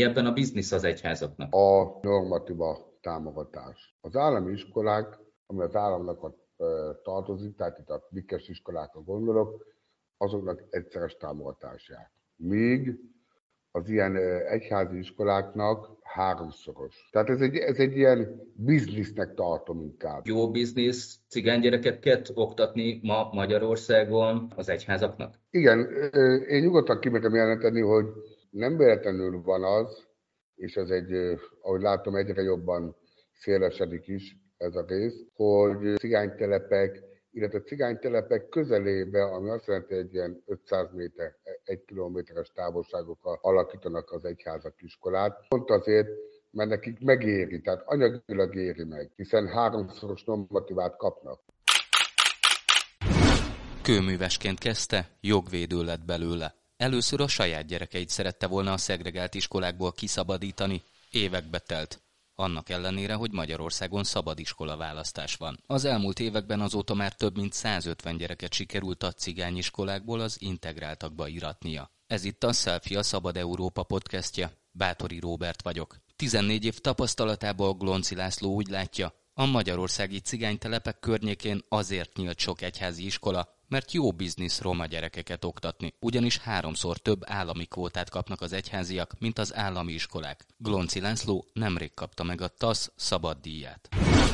Mi ebben a biznisz az egyházaknak? A normatíva támogatás. Az állami iskolák, ami az államnak tartozik, tehát itt a vikes iskolákra gondolok, azoknak egyszeres támogatását. Míg az ilyen egyházi iskoláknak háromszoros. Tehát ez egy ilyen biznisznek tartom inkább. Jó biznisz cigánygyerekeket oktatni ma Magyarországon az egyházaknak? Igen, én nyugodtan kimerem jelenteni, hogy nem véletlenül van az, és ez ahogy látom, egyre jobban szélesedik is ez a rész, hogy cigánytelepek, illetve cigánytelepek közelébe, ami azt jelenti, hogy egy ilyen 500 méter, 1 kilométeres távolságokkal alakítanak az egyházak iskolát. Pont azért, mert nekik megéri, tehát anyagilag éri meg, hiszen háromszoros normatívát kapnak. Kőművesként kezdte, jogvédő lett belőle. Először a saját gyerekeit szerette volna a szegregált iskolákból kiszabadítani. Évekbe telt. Annak ellenére, hogy Magyarországon szabad iskola választás van. Az elmúlt években azóta már több mint 150 gyereket sikerült a cigányiskolákból az integráltakba iratnia. Ez itt a Selfie a Szabad Európa podcastja. Báthori Róbert vagyok. 14 év tapasztalatából Glonci László úgy látja, a magyarországi cigánytelepek környékén azért nyílt sok egyházi iskola, mert jó biznisz roma gyerekeket oktatni, ugyanis 3-szor több állami kvótát kapnak az egyháziak, mint az állami iskolák. Glonci László nemrég kapta meg a TASZ szabaddíját.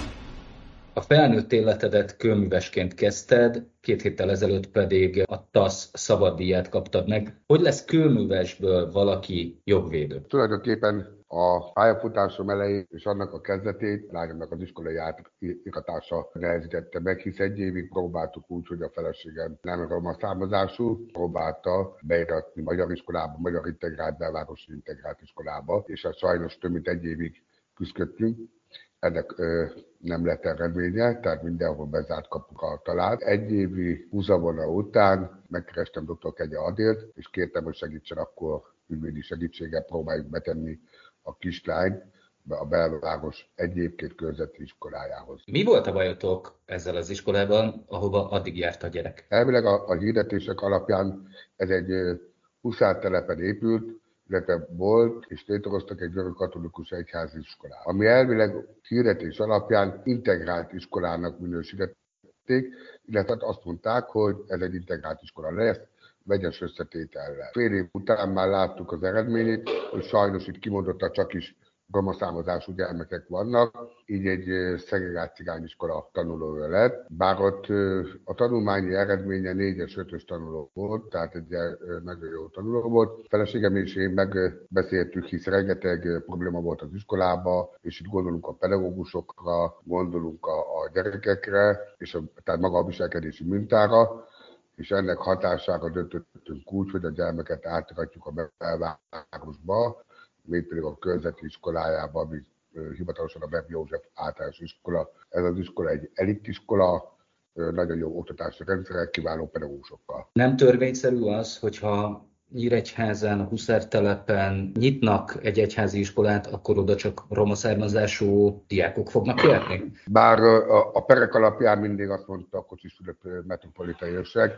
A felnőtt életedet kőművesként kezdted, 2 héttel ezelőtt pedig a TASZ szabaddíját kaptad meg. Hogy lesz kőművesből valaki jogvédő? Tulajdonképpen a pályafutásom elején és annak a kezdetét lányomnak az iskolai átiratása nehezítette meg, hisz 1 évig próbáltuk úgy, hogy a feleségem nem roma származású, próbálta beiratni magyar iskolába, magyar integrált, belvárosi integrált iskolába, és hát sajnos több mint 1 évig küzdöttünk. Ennek nem lett eredménye, tehát mindenhol bezárt kapukat talált. 1 évi húzavona után megkerestem dr. Kegye Adélt, és kértem, hogy segítsen akkor ügyvédi segítséggel próbáljuk betenni a kislányt a belváros egyébként körzeti iskolájához. Mi volt a bajotok ezzel az iskolában, ahova addig járt a gyerek? Elvileg a hirdetések alapján ez egy huszártelepen épült, illetve volt, és létrehoztak egy görög katolikus egyházi iskolát, ami elvileg hirdetés alapján integrált iskolának minősítették, illetve azt mondták, hogy ez egy integrált iskola lesz, vegyes összetétellel. Fél év után már láttuk az eredményét, hogy sajnos itt kimondottan csak is roma származású gyermekek vannak, így egy szegregált cigányiskola tanulója lett. Bár ott a tanulmányi eredménye 4-es, 5-ös tanuló volt, tehát egy nagyon jó tanuló volt. Feleségem és én megbeszéltük, hisz rengeteg probléma volt az iskolában, és itt gondolunk a pedagógusokra, gondolunk a gyerekekre, és tehát maga a viselkedési mintára, és ennek hatására döntöttünk úgy, hogy a gyermeket átiratjuk a belvárosba, mégpedig a körzeti iskolájába, ami hivatalosan a Beb József általános iskola. Ez az iskola egy elitiskola, nagyon jó oktatási rendszerrel, kiváló pedagógusokkal. Nem törvényszerű az, hogyha Nyíregyházán, a Huszártelepen nyitnak egy egyházi iskolát, akkor oda csak roma származású diákok fognak járni? Bár a perek alapján mindig azt mondta a Kocsis Fülöp metropolitai őrség,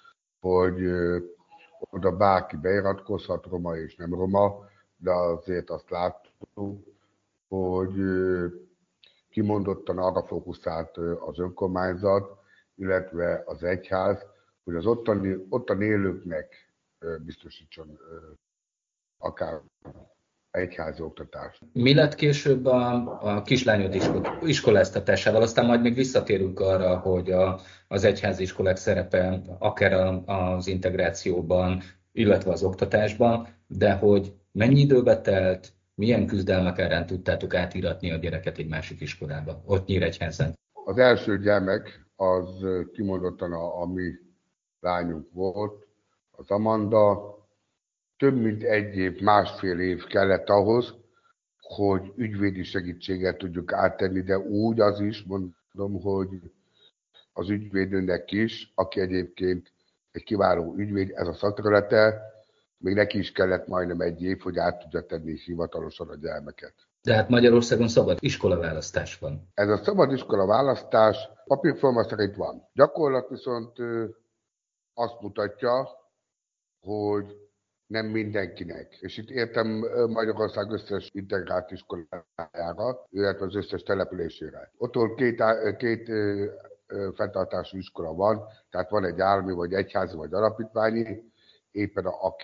hogy oda bárki beiratkozhat, roma és nem roma, de azért azt láttuk, hogy kimondottan arra fókuszált az önkormányzat, illetve az egyház, hogy az ottan élőknek biztosítson akár egyházi oktatást. Mi lett később a kislányod iskoláztatásával? Aztán majd még visszatérünk arra, hogy az egyházi iskolák szerepe akár az integrációban, illetve az oktatásban, de hogy mennyi időbe telt, milyen küzdelmek árán tudtátok átiratni a gyereket egy másik iskolába, ott Nyíregyházán? Az első gyermek az kimondottan a mi lányunk volt, az Amanda. Több mint 1 év, 1,5 év kellett ahhoz, hogy ügyvédi segítséggel tudjuk áttenni, de úgy az is, mondom, hogy az ügyvédőnek is, aki egyébként egy kiváló ügyvéd, ez a szakterülete, még neki is kellett majdnem 1 év, hogy át tudja tenni hivatalosan a gyermeket. De hát Magyarországon szabad iskolaválasztás van. Ez a szabad iskolaválasztás papírforma szerint van. Gyakorlat viszont azt mutatja, hogy nem mindenkinek. És itt értem Magyarország összes integrált iskolájára, illetve az összes településére. Ottól két fenntartású iskola van, tehát van egy állami, vagy egyházi, vagy alapítványi, éppen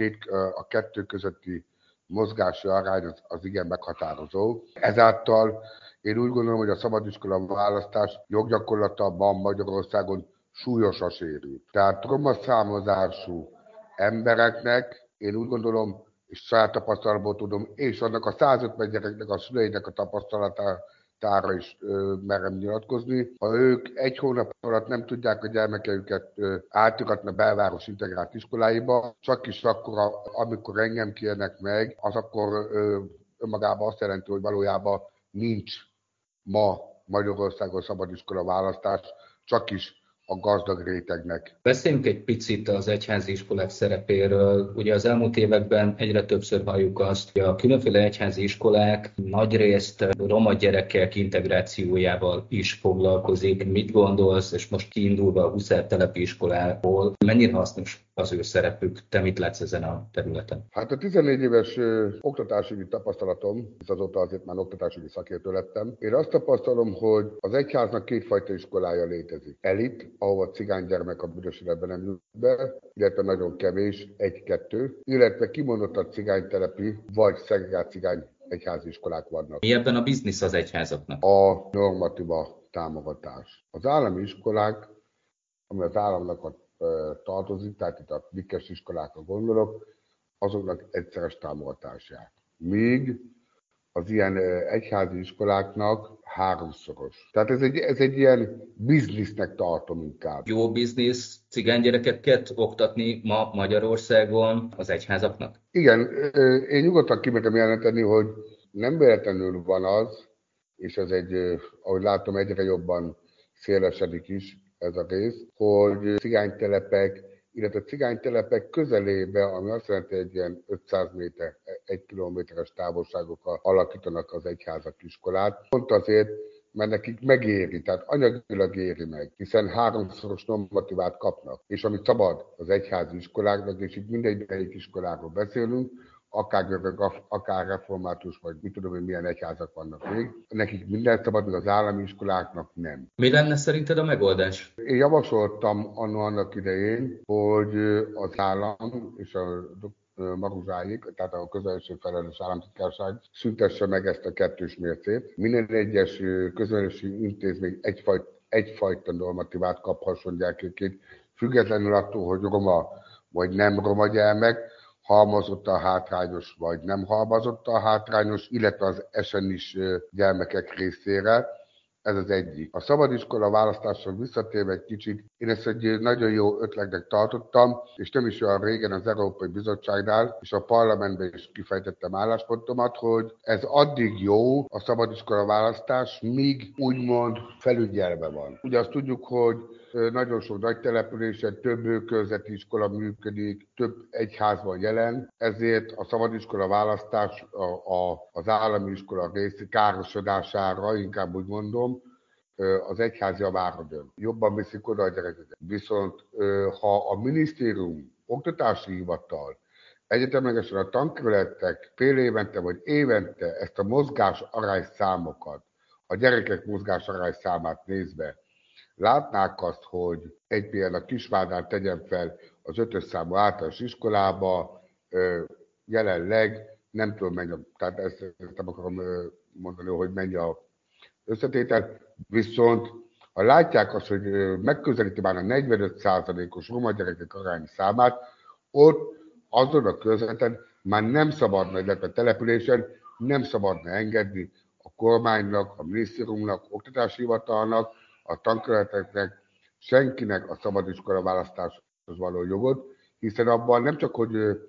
a kettő közötti mozgási arány az igen meghatározó. Ezáltal én úgy gondolom, hogy a szabadiskola választás joggyakorlatban Magyarországon súlyosan sérült. Tehát roma származású embereknek, én úgy gondolom, és saját tapasztalatból tudom, és annak a 150 gyereknek, a szüleinek a tapasztalatára is merem nyilatkozni. Ha ők egy hónap alatt nem tudják a gyermekeiket átiratni a belváros integrált iskoláiba, csak is akkor, amikor engem kérnek meg, az akkor önmagában azt jelenti, hogy valójában nincs ma Magyarországon szabadiskola választás, csak is a gazdag rétegnek. Beszéljünk egy picit az egyházi iskolák szerepéről. Ugye az elmúlt években egyre többször halljuk azt, hogy a különféle egyházi iskolák nagyrészt roma gyerekek integrációjával is foglalkozik. Mit gondolsz, és most kiindulva a Huszár telepi iskolából, mennyire hasznos az ő szerepük? Te mit látsz ezen a területen? Hát a 14 éves oktatásügyi tapasztalatom, és azóta azért már oktatásügyi szakértő lettem. Én azt tapasztalom, hogy az egyháznak kétfajta iskolája létezik. Elit, ahova cigány gyermek a büdös életben nem jut be, illetve nagyon kevés, 1-2, illetve kimondottan cigánytelepi vagy szegregált cigány egyházi iskolák vannak. Mi ebben a biznisz az egyházaknak? A normatíva támogatás. Az állami iskolák, ami az államnak tartozik, tehát itt a vikes iskolákra gondolok, azoknak egyszeres támogatását. Míg az ilyen egyházi iskoláknak háromszoros. Tehát ez egy ilyen biznisznek tartom inkább. Jó biznisz cigánygyerekeket oktatni ma Magyarországon az egyházaknak? Igen, én nyugodtan kimerem jelenteni, hogy nem véletlenül van az, és ez ahogy látom, egyre jobban szélesedik is ez a rész, hogy cigánytelepek, illetve cigánytelepek közelébe, ami azt jelenti, egy ilyen 500 méter, 1 kilométeres távolságokkal alakítanak az egyházak iskolát. Pont azért, mert nekik megéri, tehát anyagilag éri meg, hiszen háromszoros normatívát kapnak. És amit szabad az egyházi iskoláknak, és itt mindegyik iskoláról beszélünk, akár görög, akár református, vagy mit tudom, hogy milyen egyházak vannak még. Nekik minden szabad, meg az állami iskoláknak nem. Mi lenne szerinted a megoldás? Én javasoltam annak idején, hogy az állam és a Maruzsáik, tehát a közönség felelős államtitkárság szüntesse meg ezt a kettős mércét. Minden egyes közönség intézmény egyfajta normatívát kaphasson gyerkőként, függetlenül attól, hogy roma vagy nem roma gyermek, halmozott a hátrányos, vagy nem halmozott a hátrányos, illetve az esenis gyermekek részére. Ez az egyik. A szabadiskola választásra visszatérve egy kicsit, én ezt egy nagyon jó ötletnek tartottam, és nem is olyan régen az Európai Bizottságnál és a parlamentben is kifejtettem álláspontomat, hogy ez addig jó a szabadiskola választás, míg úgymond felügyelve van. Ugye azt tudjuk, hogy nagyon sok nagy településen több körzeti iskola működik, több egyház van jelen, ezért a szabadiskola választás az állami iskola rész károsodására, inkább úgy mondom, az egyház javára dönt. Jobban viszik oda a gyerekeket. Viszont ha a minisztérium, oktatási hivatal, egyetemlegesen a tankerületek fél évente vagy évente ezt a mozgás arányszámokat, a gyerekek mozgás arányszámát nézve, látnák azt, hogy egy például a Kisvádán tegyen fel az 5-ös számú általános iskolába, jelenleg nem tudom mennyi, tehát ezt nem akarom mondani, hogy mennyi a összetétel, viszont ha látják azt, hogy megközelíti már a 45%-os roma gyerekek arányi számát, ott azon a közveten már nem szabadna, illetve településen nem szabadna engedni a kormánynak, a minisztériumnak, oktatási hivatalnak, a tankerületeknek, senkinek a szabadiskola választáshoz való jogot, hiszen abban nem csak, hogy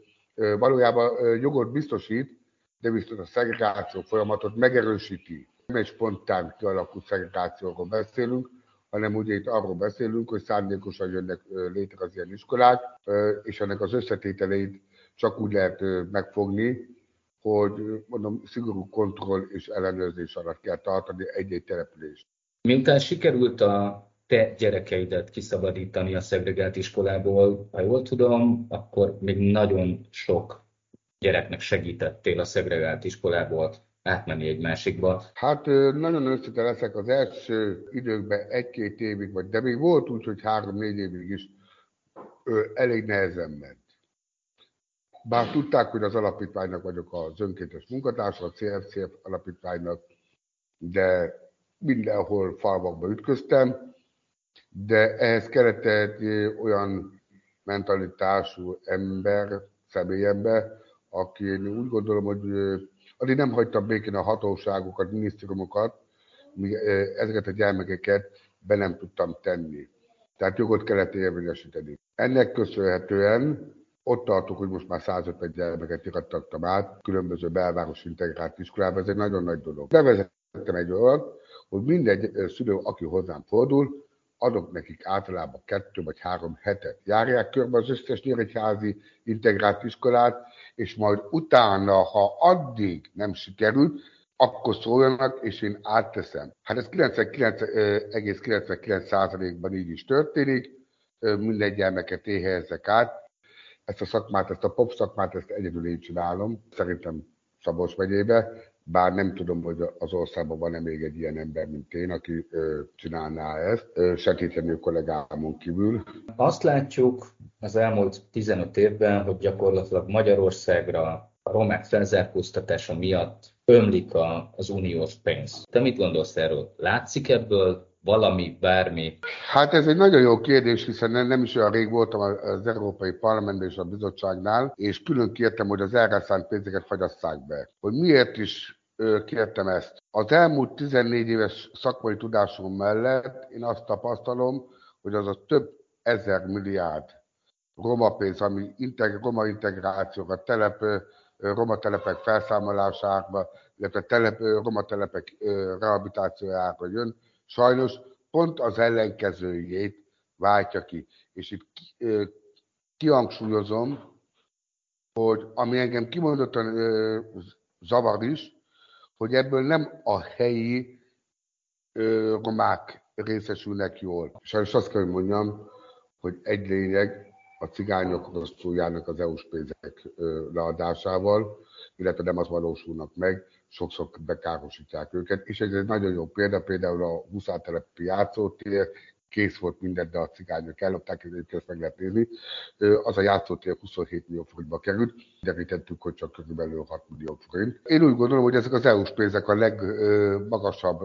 valójában jogot biztosít, de viszont a szegregáció folyamatot megerősíti. Nem egy spontán kialakult szegregációról beszélünk, hanem ugye itt arról beszélünk, hogy szándékosan jönnek létre az ilyen iskolák, és ennek az összetételeit csak úgy lehet megfogni, hogy mondom, szigorú kontroll és ellenőrzés alatt kell tartani egy-egy települést. Miután sikerült a te gyerekeidet kiszabadítani a szegregált iskolából, ha jól tudom, akkor még nagyon sok gyereknek segítettél a szegregált iskolából átmenni egy másikba? Hát nagyon összete leszek az első időkben 1-2 évig, de még volt úgy, hogy 3-4 évig is elég nehezen ment. Bár tudták, hogy az alapítványnak vagyok az önkéntes munkatársa, a CFCF alapítványnak, de mindenhol falvakba ütköztem, de ehhez kellett egy olyan mentalitású ember, személyember, aki én úgy gondolom, hogy addig nem hagytam békén a hatóságokat, minisztériumokat, míg ezeket a gyermekeket be nem tudtam tenni. Tehát jogot kellett érvényesíteni. Ennek köszönhetően ott tartok, hogy most már 150 gyermeket irattattam át különböző belvárosi integrált iskolába, ez egy nagyon nagy dolog. Bevezettem egy olyat, hogy mindegy szülő, aki hozzám fordul, adok nekik általában 2 vagy 3 hetet. Járják körbe az összes nyíregyházi integrált iskolát, és majd utána, ha addig nem sikerült, akkor szóljanak, és én átteszem. Hát ez 99,99%-ban így is történik, minden gyermeket én helyezzek át. Ezt a szakmát, ezt a pop szakmát, ezt egyedül én csinálom, szerintem Szabolcs megyébe, bár nem tudom, hogy az országban van-e még egy ilyen ember, mint én, aki csinálná ezt, segíteni kollégámon kívül. Azt látjuk az elmúlt 15 évben, hogy gyakorlatilag Magyarországra a romák felzárkóztatása miatt ömlik az uniós pénz. Te mit gondolsz erről? Látszik ebből valami, bármi? Hát ez egy nagyon jó kérdés, hiszen nem is olyan rég voltam az Európai Parlamentben és a bizottságnál, és külön kértem, hogy az erre szánt pénzeket fagyasszák be. Hogy miért is kértem ezt? Az elmúlt 14 éves szakmai tudásom mellett én azt tapasztalom, hogy az a több ezer milliárd roma pénz, ami roma integrációra, roma telepek felszámolására, illetve roma telepek rehabilitációjára jön, sajnos pont az ellenkezőjét váltja ki. És itt kihangsúlyozom, hogy ami engem kimondottan zavar is, hogy ebből nem a helyi romák részesülnek jól. Sajnos azt kell, hogy mondjam, hogy egy lényeg a cigányokról szóljának az EU-s pénzek leadásával, illetve nem az valósulnak meg, sokszor bekárosítják őket. És ez egy nagyon jó példa, például a Huszártelepi játszótér, kész volt minden, de a cigányok ellopták, ezt meg lehet nézni. Az a játszótér 27 millió forintba került, derítettük, hogy csak körülbelül 6 millió forint. Én úgy gondolom, hogy ezek az EU-s pénzek a legmagasabb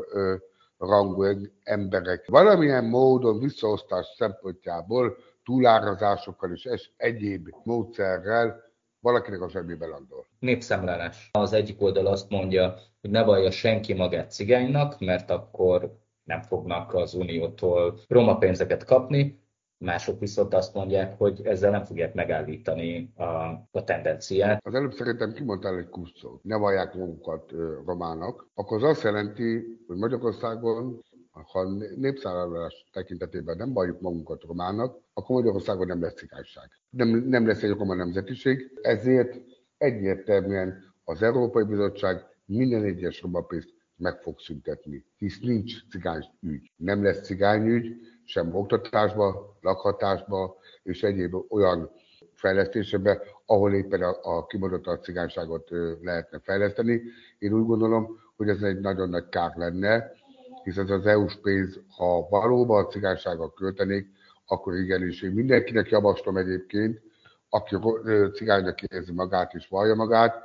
rangú emberek valamilyen módon visszaosztás szempontjából, túlárazásokkal és egyéb módszerrel valakinek a zsebébe landol. Népszámlálás. Az egyik oldal azt mondja, hogy ne vallja senki magát cigánynak, mert akkor nem fognak az uniótól roma pénzeket kapni. Mások viszont azt mondják, hogy ezzel nem fogják megállítani a tendenciát. Az előbb szerintem kimondtál egy kuszcót, ne vallják magukat romának. Akkor az azt jelenti, hogy Magyarországon, ha népszámlálás tekintetében nem valljuk magunkat romának, akkor Magyarországon nem lesz cigányság. Nem lesz egy roma nemzetiség, ezért egyértelműen az Európai Bizottság minden egyes roma pénzt meg fog szüntetni, hisz nincs cigányügy. Nem lesz cigányügy, sem oktatásba, lakhatásba és egyéb olyan fejlesztésebe, ahol éppen a kimondott cigányságot lehetne fejleszteni. Én úgy gondolom, hogy ez egy nagyon nagy kár lenne, hisz ez az EU-s pénz, ha valóban a cigánysággal költenék, akkor igenis. Én mindenkinek javaslom egyébként, aki cigánynak érzi magát és vallja magát,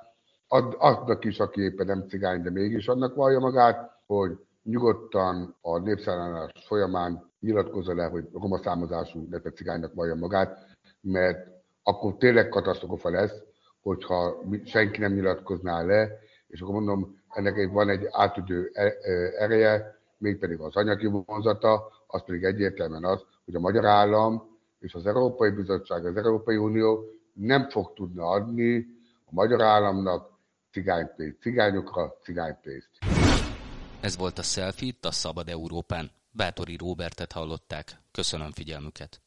annak is, aki éppen nem cigány, de mégis annak vallja magát, hogy nyugodtan a népszámlálás folyamán nyilatkozza le, hogy roma származású, illetve cigánynak vallja magát, mert akkor tényleg katasztrófa lesz, hogyha senki nem nyilatkozná le, és akkor mondom, ennek van egy átütő ereje, mégpedig az anyagi vonzata, az pedig egyértelműen az, hogy a magyar állam és az Európai Bizottság, az Európai Unió nem fog tudni adni a magyar államnak cigánypénzt, cigányokra cigánypénzt. Ez volt a Selfie itt a Szabad Európán. Báthori Róbertet hallották. Köszönöm figyelmüket.